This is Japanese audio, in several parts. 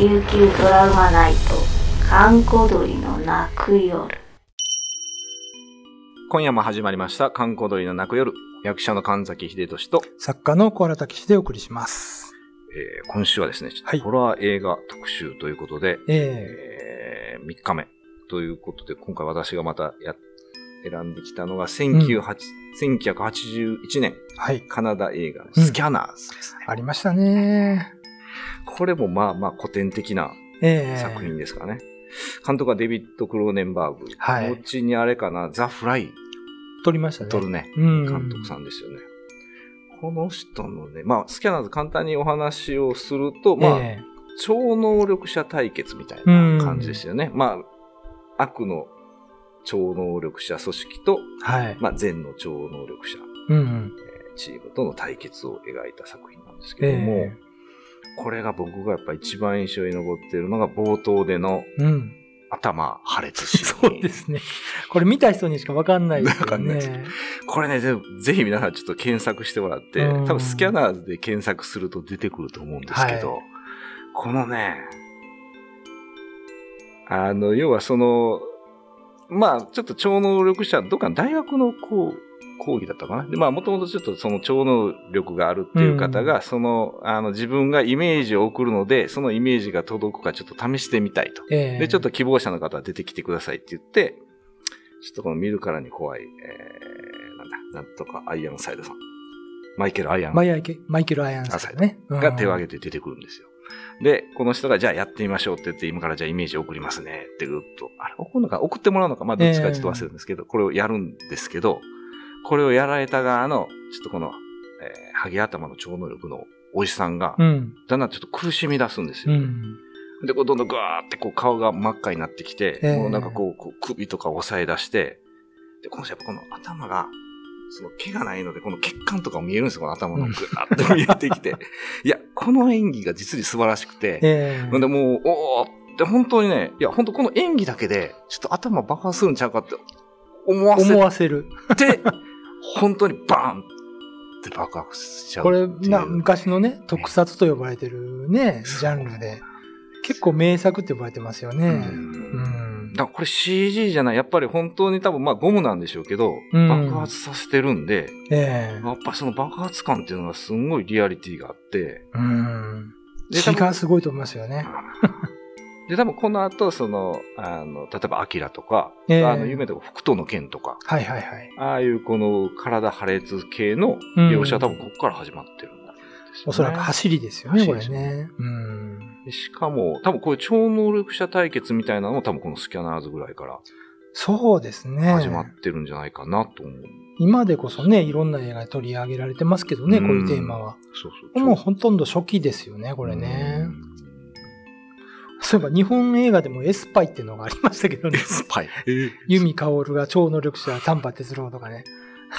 琉球ドラマナイト閑古鳥の泣く夜。 今夜も始まりました閑古鳥の泣く夜。役者の神崎秀俊と作家の小原武史でお送りします。 今週はですね、 はい、 ホラー映画特集ということで、3日目ということで、今回私がまた選んできたのが1981年、はい、カナダ映画、スキャナーズですね、 ありましたね。 これもまあまあ古典的な作品ですかね。監督はデビッド・クローネンバーグ。はい。後にあれかな、ザ・フライ。 撮りましたね。 撮るね。監督さんですよね。この人のね、まあ、スキャナーズ簡単にお話をすると、まあ、超能力者対決みたいな感じですよね。まあ、悪の超能力者組織と、はい、まあ、善の超能力者、チームとの対決を描いた作品なんですけども、これが僕がやっぱ一番印象に残っているのが冒頭での、頭破裂シーン。 そうですね。これ見た人にしか分かんないですよね。分かんないです。 これね、ぜひ皆さんちょっと検索してもらって、多分スキャナーズで検索すると出てくると思うんですけど、はい、このね、要はその、まあちょっと超能力者、どっかの大学の講義だったかな。で、まあ、もともとちょっとその超能力があるっていう方が、その、自分がイメージを送るので、そのイメージが届くかちょっと試してみたいと。で、ちょっと希望者の方は出てきてくださいって言って、ちょっとこの見るからに怖い、なんとかアイアンサイドさん。マイケル・アイアンサイドね。が手を挙げて出てくるんですよ。で、この人がじゃあやってみましょうって言って、今からじゃあイメージを送りますねってぐっと、あれ、送るのか送ってもらうのか、まあ、どっちかちょっと忘れるんですけど、これをやるんですけど、これをやられた側の、ちょっとこの、ハゲ頭の超能力のおじさんが、だんだんちょっと苦しみ出すんですよ。で、こうどんどんガーってこう顔が真っ赤になってきて、もうなんかこう首とか押さえ出して、で、この人やっぱこの頭が、その毛がないので、この血管とかも見えるんですよ、この頭のグーって見えてきて。いや、この演技が実に素晴らしくて、でもう、で、本当にね、いや、本当この演技だけで、ちょっと頭爆発するんちゃうかって思わせる。で、本当にバーンって爆発しちゃう。 これ、昔のね、特撮と呼ばれてるね、ジャンルで、結構名作って呼ばれてますよね。 だからこれ CG じゃない、やっぱり本当に多分まあゴムなんでしょうけど、爆発させてるんで、やっぱその爆発感っていうのがすごいリアリティがあって、 血がすごいと思いますよね。 で、多分この後、その、例えば、アキラとか、有名な北斗の拳とか、ああいうこの体破裂系の描写は多分ここから始まってるんだと思うんですよね。 おそらく走りですよね、これね。 しかも、多分こういう超能力者対決みたいなのも多分このスキャナーズぐらいから、 そうですね。 始まってるんじゃないかなと思う。 今でこそね、いろんな映画で取り上げられてますけどね、こういうテーマは。もうほとんど初期ですよね、これね。そういえば日本映画でもエスパイっていうのがありましたけどね。 エスパイ弓薫が超能力者、丹波哲郎とかね。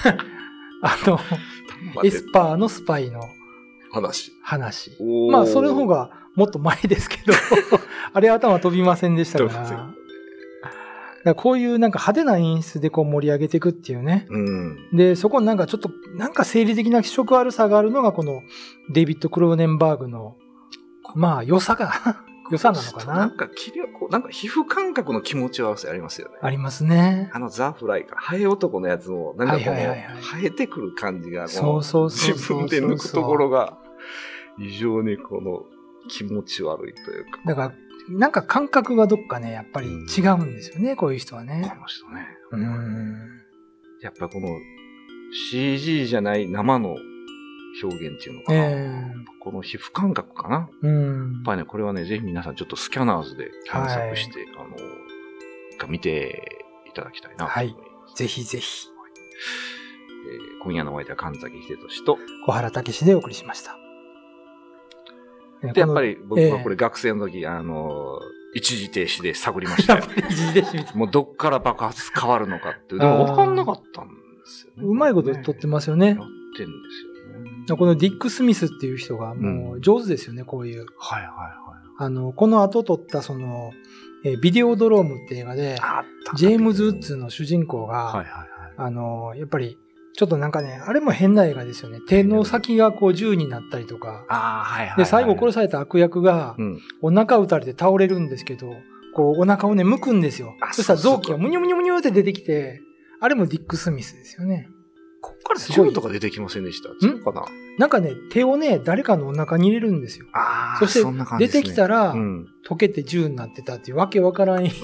エスパーのスパイの話。まあ、それの方がもっと前ですけど、あれ頭飛びませんでしたから。だからこういうなんか派手な演出でこう盛り上げていくっていうね。で、そこになんかちょっと、なんか生理的な気色悪さがあるのがこのデビッド・クローネンバーグの、まあ、良さなのかな。 なんか皮膚感覚の気持ち悪さありますよね。 ありますね。 ザ・フライか。ハエ男のやつも、なんかこう、生えてくる感じが、自分で抜くところが、非常にこの気持ち悪いというか。 だから、なんか感覚がどっかね、やっぱり違うんですよね、こういう人はね。 この人ね。やっぱこの CG じゃない生の表現っていうのかな。この皮膚感覚かな。やっぱりね、これはね、ぜひ皆さんちょっとスキャナーズで検索して、見ていただきたいなと思います。 ぜひぜひ。 今夜のお相手は神崎秀俊と小原武史でお送りしました。 で、やっぱり僕はこれ学生の時、一時停止で探りましたよ。 一時停止もうどっから爆発変わるのかって。でも分かんなかったんですよね。 うまいこと撮ってますよね。 やってんですよね。 このディック・スミスっていう人がもう上手ですよね、こういう。この後撮ったその、ビデオドロームって映画で、ジェームズ・ウッズの主人公が、やっぱりちょっとなんかね、あれも変な映画ですよね。手の先がこう銃になったりとか。で、最後殺された悪役が、お腹撃たれて倒れるんですけど、こうお腹をね、剥くんですよ。そしたら臓器がムニュムニュムニュって出てきて、あれもディック・スミスですよね。 こっから銃とか出てきませんでした？そうかな？ なんかね、手をね、誰かのお腹に入れるんですよ。そして、出てきたら、溶けて銃になってたっていうわけわからん。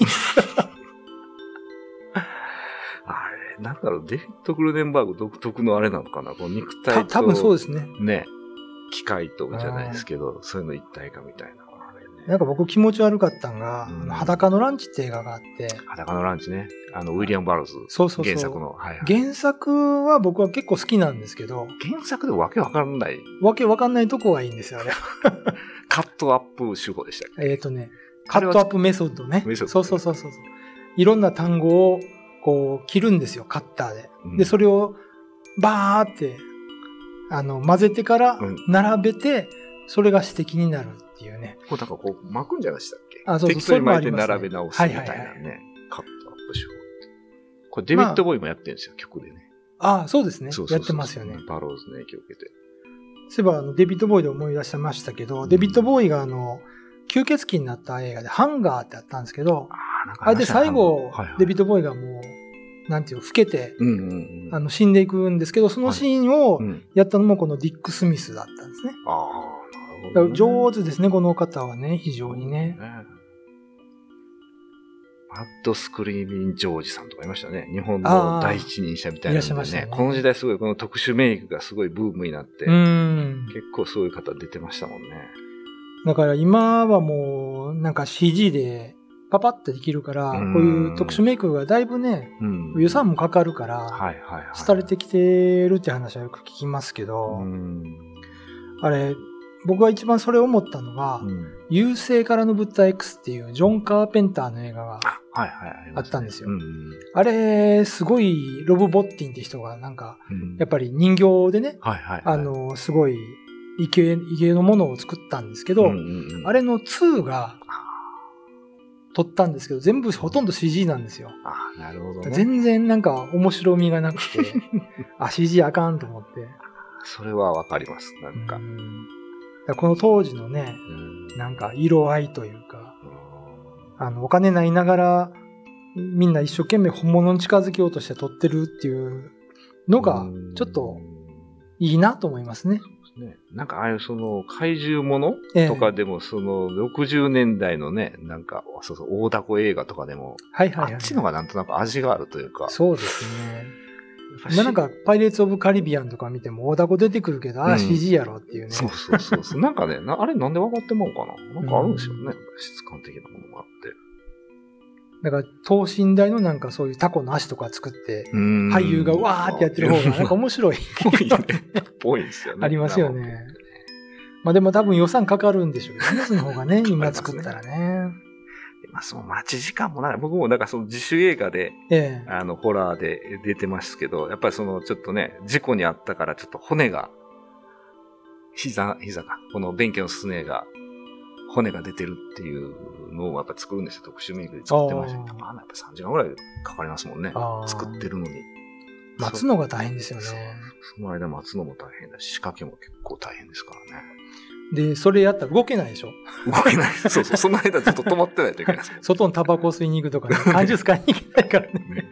なんだろう、デビッド・クルネンバーグ独特のあれなのかな、こう肉体と。 多分そうですね。 ね。機械とじゃないですけど、そういうの一体化みたいな。 なんか僕気持ち悪かったのが、裸のランチって映画があって。 裸のランチね。ウィリアム・バロズ。 そうそうそう。 原作の。はいはい、 原作は僕は結構好きなんですけど。 原作でわけわかんない。 わけわかんないとこがいいんですよ、あれ。 カットアップ手法でしたっけ？ カットアップメソッドね。そうそうそうそう。いろんな単語をこう切るんですよ、カッターで。で、それをバーって、混ぜてから並べて、それが指摘になるっていうね。 こうなんかこう巻くんじゃないでしたっけ？ そうそう。 適当に巻いて並べ直すみたいなね。カットアップ手法。これデビッド・ボーイもやってるんですよ、曲でね。 そうですね。やってますよね。 バローズの影響を受けて。 そういえば、デビッド・ボーイで思い出しましたけど、デビッド・ボーイが吸血鬼になった映画でハンガーってあったんですけど、あれで最後、デビッド・ボーイがもう、なんていう、老けて、死んでいくんですけど、そのシーンをやったのもこのディック・スミスだったんですね。なるほど。上手ですね、この方はね、非常にね。 マッドスクリーミンジョージさんとかいましたね。日本の第一人者みたいなのでね。この時代すごいこの特殊メイクがすごいブームになって、結構そういう方出てましたもんね。だから今はもうなんか CG でパパッとできるから、こういう特殊メイクがだいぶね、予算もかかるから、廃れてきてるって話はよく聞きますけど、あれ、僕が一番それを思ったのが、優勢からの物体 X っていうジョン・カーペンターの映画があったんですよ。あれ、すごいロブ・ボッティンって人がなんか、やっぱり人形でね、すごい異形のものを作ったんですけど、あれの2が撮ったんですけど、全部ほとんど CG なんですよ。 なるほどね。 全然なんか面白みがなくて、CG あかんと思って。 それはわかります、なんか。 この当時のね、なんか色合いというか、お金ないながら、みんな一生懸命本物に近づけようとして撮ってるっていうのが、ちょっといいなと思いますね。 なんかああいうその怪獣ものとかでも、その60年代のね、なんか、大凧映画とかでも、あっちのがなんとなく味があるというか。 そうですね。なんか、パイレーツ・オブ・カリビアンとか見ても、大凧出てくるけど、CG やろっていうね。 そう。なんかね、あれなんで分かってもんかな？なんかあるんですよね。質感的なものもあって。 だから、等身大のなんかそういうタコの足とか作って、俳優がわーってやってる方がなんか面白い。 多いですよね。 ありますよね。まあでも多分予算かかるんでしょうけどね、その方がね、今作ったらね。 その待ち時間も僕もなんかその自主映画で、ホラーで出てますけど、やっぱりそのちょっとね、事故にあったからちょっと骨が、膝か、この便器のすねが、骨が出てるっていうのをやっぱ作るんですよ。特殊メイクで作ってましたけど、やっぱ3時間ぐらいかかりますもんね。作ってるのに。 待つのが大変ですよね。 その間待つのも大変だし、仕掛けも結構大変ですからね。 で、それやったら動けないでしょ？ 動けない。そう。その間ずっと止まってないといけない。 外にタバコ吸いに行くとかね。缶ジュース買いに行けないからね。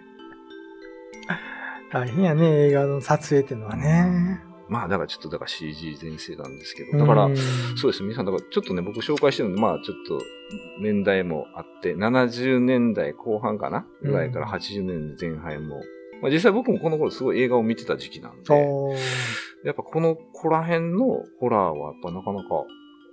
大変やね、映画の撮影っていうのはね。 まあ、だからちょっとCG 全盛なんですけど。だから、そうですね、皆さん、だからちょっとね、僕紹介してるんで、まあちょっと年代もあって、70年代後半かなぐらいから80年代前半も。まあ実際僕もこの頃すごい映画を見てた時期なんで、やっぱこら辺のホラーはやっぱなかなか、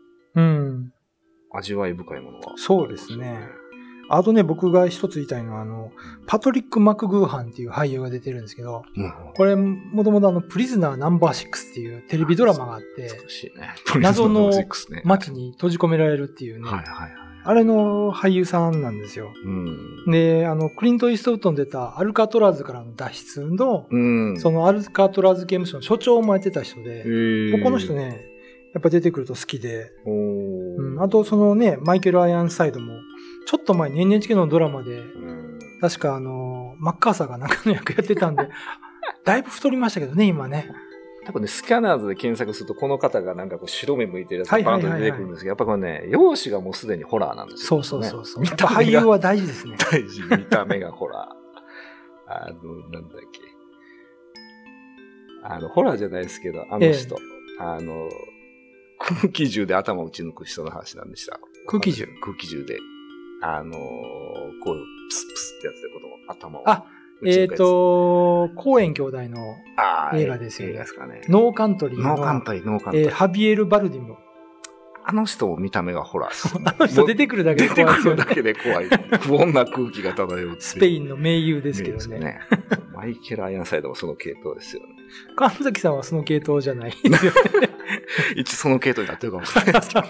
味わい深いものが、 そうですね。あとね、僕が一つ言いたいのは、パトリック・マクグーハンっていう俳優が出てるんですけど、これ、もともとプリズナーナンバー6っていうテレビドラマがあって、謎の街に閉じ込められるっていうね、あれの俳優さんなんですよ。で、クリント・イーストウッドに出たアルカトラズからの脱出の、そのアルカトラズ刑務所の所長もやってた人で、この人ね、やっぱ出てくると好きで、あとそのね、マイケル・アイアンサイドも、ちょっと前に NHK のドラマで、確かマッカーサーが中の役やってたんで、 だいぶ太りましたけどね、今ね。 多分ね、スキャナーズで検索すると、この方がなんかこう白目向いてるやつがパンと出てくるんですけど、やっぱこれね、容姿がもうすでにホラーなんですよ、ね。 そう。やっぱ俳優は大事ですね。 大事。見た目がホラー。なんだっけ。ホラーじゃないですけど、あの人。空気銃で頭を撃ち抜く人の話なんでした。 空気銃で。こう、プスプスってやつで子供、頭を。 コーエン兄弟の映画ですよね。ノーカントリーのハビエル・バルディム。 あの人も見た目がホラーです、 ね。あの人出てくるだけで怖い、 出てくるだけで怖い。不穏な空気が漂って。 スペインの盟友ですけどね。 マイケル・アイアンサイドもその系統ですよね。 神崎さんはその系統じゃない。 一応その系統になってるかもしれないですけど、ね。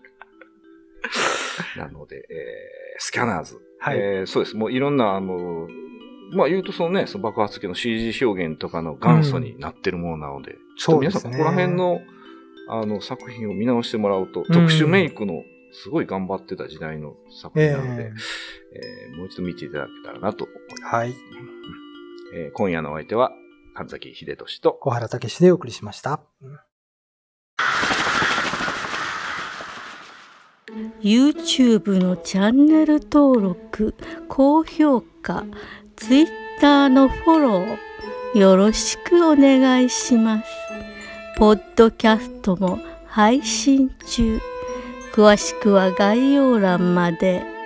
なので、スキャナーズ。はい。そうです。もういろんな、言うとそのね、その爆発系の CG 表現とかの元祖になってるものなので、ちょっと皆さんここら辺の、作品を見直してもらうと、特殊メイクのすごい頑張ってた時代の作品なので、もう一度見ていただけたらなと思います。はい。今夜のお相手は、神崎秀俊と小原武史でお送りしました。 YouTube のチャンネル登録、高評価、Twitter のフォロー、よろしくお願いします。ポッドキャストも配信中。詳しくは概要欄まで。